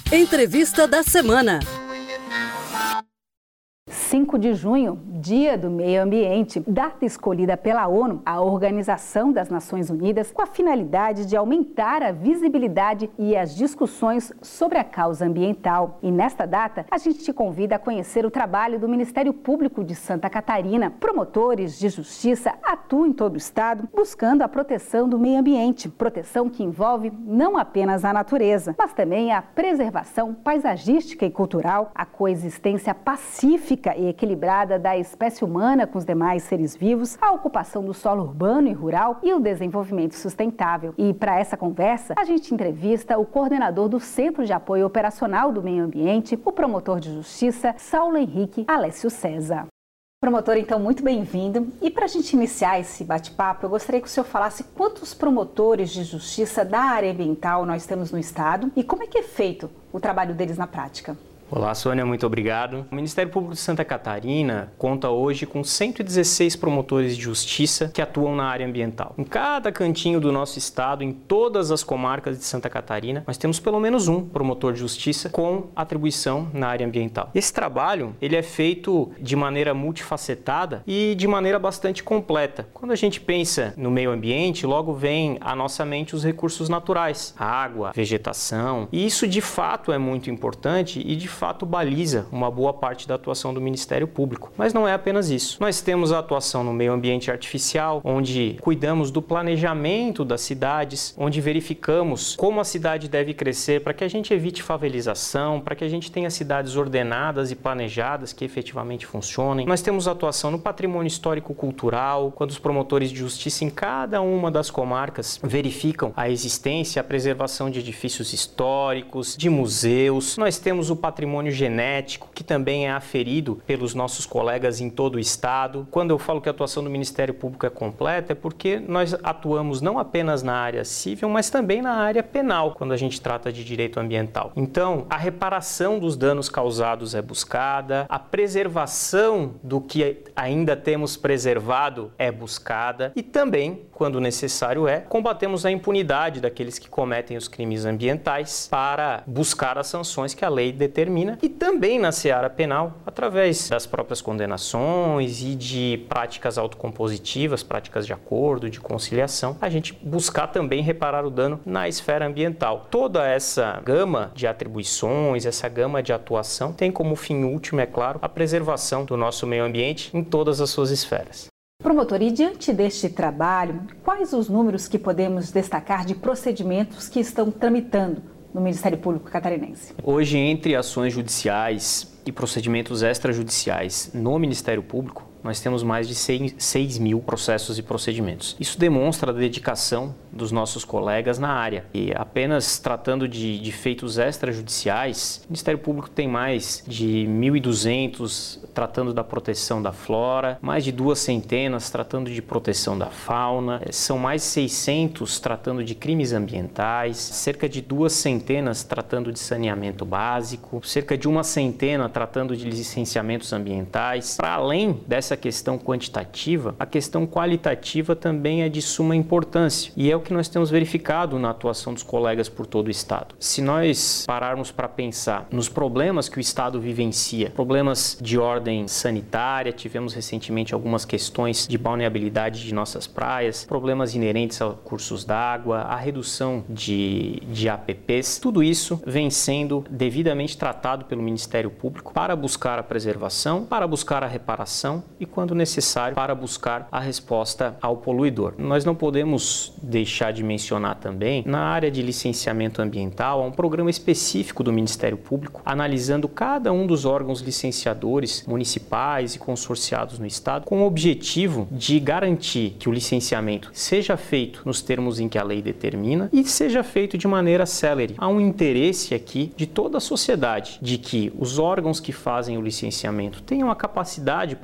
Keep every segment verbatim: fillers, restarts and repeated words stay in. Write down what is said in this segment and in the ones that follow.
Entrevista da semana. cinco de junho, Dia do Meio Ambiente, data escolhida pela ONU, a Organização das Nações Unidas, com a finalidade de aumentar a visibilidade e as discussões sobre a causa ambiental. E nesta data, a gente te convida a conhecer o trabalho do Ministério Público de Santa Catarina. Promotores de justiça atuam em todo o estado buscando a proteção do meio ambiente, proteção que envolve não apenas a natureza, mas também a preservação paisagística e cultural, a coexistência pacífica e equilibrada da espécie humana com os demais seres vivos, a ocupação do solo urbano e rural e o desenvolvimento sustentável. E para essa conversa, a gente entrevista o coordenador do Centro de Apoio Operacional do Meio Ambiente, o promotor de justiça, Saulo Henrique Alessio César. Promotor, então, muito bem-vindo. E para a gente iniciar esse bate-papo, eu gostaria que o senhor falasse quantos promotores de justiça da área ambiental nós temos no estado e como é que é feito o trabalho deles na prática. Olá, Sônia, muito obrigado. O Ministério Público de Santa Catarina conta hoje com cento e dezesseis promotores de justiça que atuam na área ambiental. Em cada cantinho do nosso estado, em todas as comarcas de Santa Catarina, nós temos pelo menos um promotor de justiça com atribuição na área ambiental. Esse trabalho, ele é feito de maneira multifacetada e de maneira bastante completa. Quando a gente pensa no meio ambiente, logo vem à nossa mente os recursos naturais, a água, a vegetação, e isso de fato é muito importante e de fato baliza uma boa parte da atuação do Ministério Público. Mas não é apenas isso. Nós temos a atuação no meio ambiente artificial, onde cuidamos do planejamento das cidades, onde verificamos como a cidade deve crescer para que a gente evite favelização, para que a gente tenha cidades ordenadas e planejadas que efetivamente funcionem. Nós temos a atuação no patrimônio histórico-cultural, quando os promotores de justiça em cada uma das comarcas verificam a existência, a preservação de edifícios históricos, de museus. Nós temos o patrimônio patrimônio genético, que também é aferido pelos nossos colegas em todo o estado. Quando eu falo que a atuação do Ministério Público é completa, é porque nós atuamos não apenas na área civil, mas também na área penal, quando a gente trata de direito ambiental. Então, a reparação dos danos causados é buscada, a preservação do que ainda temos preservado é buscada e também, quando necessário é, combatemos a impunidade daqueles que cometem os crimes ambientais para buscar as sanções que a lei determina e também na seara penal, através das próprias condenações e de práticas autocompositivas, práticas de acordo, de conciliação, a gente buscar também reparar o dano na esfera ambiental. Toda essa gama de atribuições, essa gama de atuação tem como fim último, é claro, a preservação do nosso meio ambiente em todas as suas esferas. Promotor, e diante deste trabalho, quais os números que podemos destacar de procedimentos que estão tramitando no Ministério Público Catarinense? Hoje, entre ações judiciais e procedimentos extrajudiciais no Ministério Público, nós temos mais de seis mil processos e procedimentos. Isso demonstra a dedicação dos nossos colegas na área. E apenas tratando de, de feitos extrajudiciais, o Ministério Público tem mais de mil e duzentos tratando da proteção da flora, mais de duas centenas tratando de proteção da fauna, são mais seiscentos tratando de crimes ambientais, cerca de duas centenas tratando de saneamento básico, cerca de uma centena tratando de licenciamentos ambientais. Para além dessa Essa questão quantitativa, a questão qualitativa também é de suma importância e é o que nós temos verificado na atuação dos colegas por todo o estado. Se nós pararmos para pensar nos problemas que o estado vivencia, problemas de ordem sanitária, tivemos recentemente algumas questões de balneabilidade de nossas praias, problemas inerentes a cursos d'água, a redução de, de A P Ps, tudo isso vem sendo devidamente tratado pelo Ministério Público para buscar a preservação, para buscar a reparação e, quando necessário, para buscar a resposta ao poluidor. Nós não podemos deixar de mencionar também, na área de licenciamento ambiental, há um programa específico do Ministério Público analisando cada um dos órgãos licenciadores municipais e consorciados no Estado com o objetivo de garantir que o licenciamento seja feito nos termos em que a lei determina e seja feito de maneira célere. Há um interesse aqui de toda a sociedade de que os órgãos que fazem o licenciamento tenham a capacidade para efetivar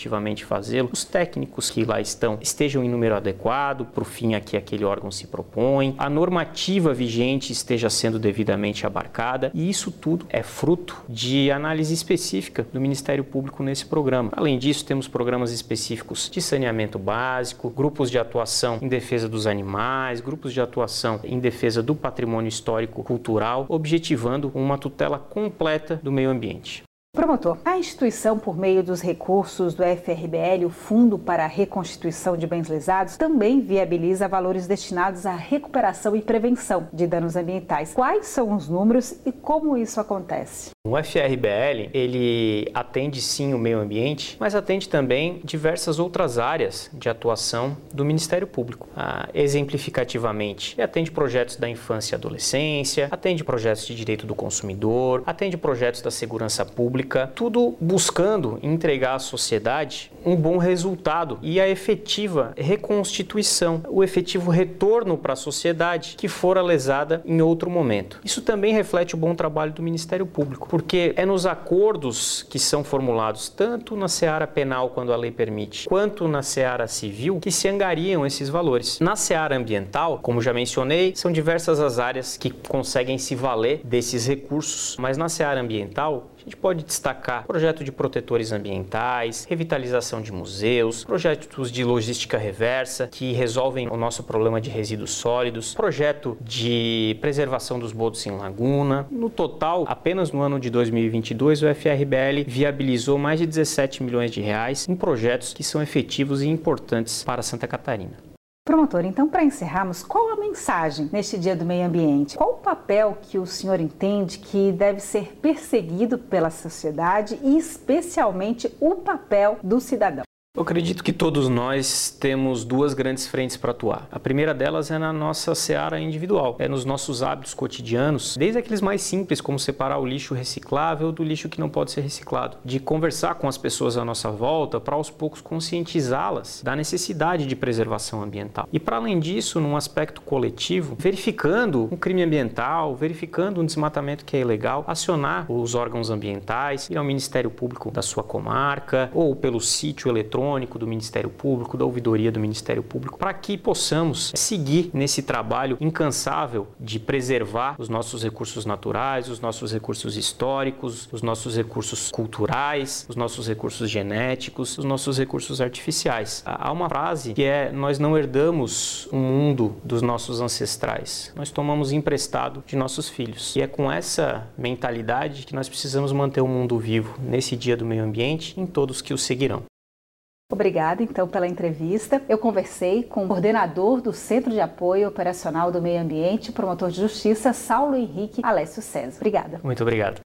efetivamente fazê-lo, os técnicos que lá estão estejam em número adequado para o fim a que aquele órgão se propõe, a normativa vigente esteja sendo devidamente abarcada, e isso tudo é fruto de análise específica do Ministério Público nesse programa. Além disso, temos programas específicos de saneamento básico, grupos de atuação em defesa dos animais, grupos de atuação em defesa do patrimônio histórico cultural, objetivando uma tutela completa do meio ambiente. Promotor, a instituição, por meio dos recursos do F R B L, o Fundo para a Reconstituição de Bens Lesados, também viabiliza valores destinados à recuperação e prevenção de danos ambientais. Quais são os números e como isso acontece? O F R B L, ele atende sim o meio ambiente, mas atende também diversas outras áreas de atuação do Ministério Público. Ah, exemplificativamente, ele atende projetos da infância e adolescência, atende projetos de direito do consumidor, atende projetos da segurança pública, tudo buscando entregar à sociedade um bom resultado e a efetiva reconstituição, o efetivo retorno para a sociedade que fora lesada em outro momento. Isso também reflete o bom trabalho do Ministério Público, porque é nos acordos que são formulados, tanto na seara penal, quando a lei permite, quanto na seara civil, que se angariam esses valores. Na seara ambiental, como já mencionei, são diversas as áreas que conseguem se valer desses recursos, mas na seara ambiental, a gente pode destacar projeto de protetores ambientais, revitalização de museus, projetos de logística reversa que resolvem o nosso problema de resíduos sólidos, projeto de preservação dos botos em laguna. No total, apenas no ano de dois mil e vinte e dois, o F R B L viabilizou mais de dezessete milhões de reais em projetos que são efetivos e importantes para Santa Catarina. Promotor, então, para encerrarmos, qual a mensagem neste Dia do Meio Ambiente? Qual o papel que o senhor entende que deve ser perseguido pela sociedade e, especialmente, o papel do cidadão? Eu acredito que todos nós temos duas grandes frentes para atuar. A primeira delas é na nossa seara individual, é nos nossos hábitos cotidianos, desde aqueles mais simples, como separar o lixo reciclável do lixo que não pode ser reciclado, de conversar com as pessoas à nossa volta para aos poucos conscientizá-las da necessidade de preservação ambiental. E para além disso, num aspecto coletivo, verificando um crime ambiental, verificando um desmatamento que é ilegal, acionar os órgãos ambientais, ir ao Ministério Público da sua comarca ou pelo sítio eletrônico do Ministério Público, da ouvidoria do Ministério Público, para que possamos seguir nesse trabalho incansável de preservar os nossos recursos naturais, os nossos recursos históricos, os nossos recursos culturais, os nossos recursos genéticos, os nossos recursos artificiais. Há uma frase que é: nós não herdamos um mundo dos nossos ancestrais, nós tomamos emprestado de nossos filhos. E é com essa mentalidade que nós precisamos manter o mundo vivo nesse Dia do Meio Ambiente e em todos que o seguirão. Obrigada, então, pela entrevista. Eu conversei com o coordenador do Centro de Apoio Operacional do Meio Ambiente, promotor de Justiça, Saulo Henrique Alessio César. Obrigada. Muito obrigado.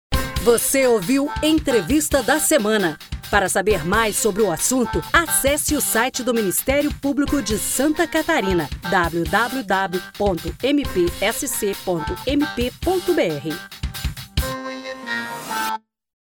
Você ouviu Entrevista da Semana. Para saber mais sobre o assunto, acesse o site do Ministério Público de Santa Catarina, w w w ponto m p s c ponto m p ponto b r.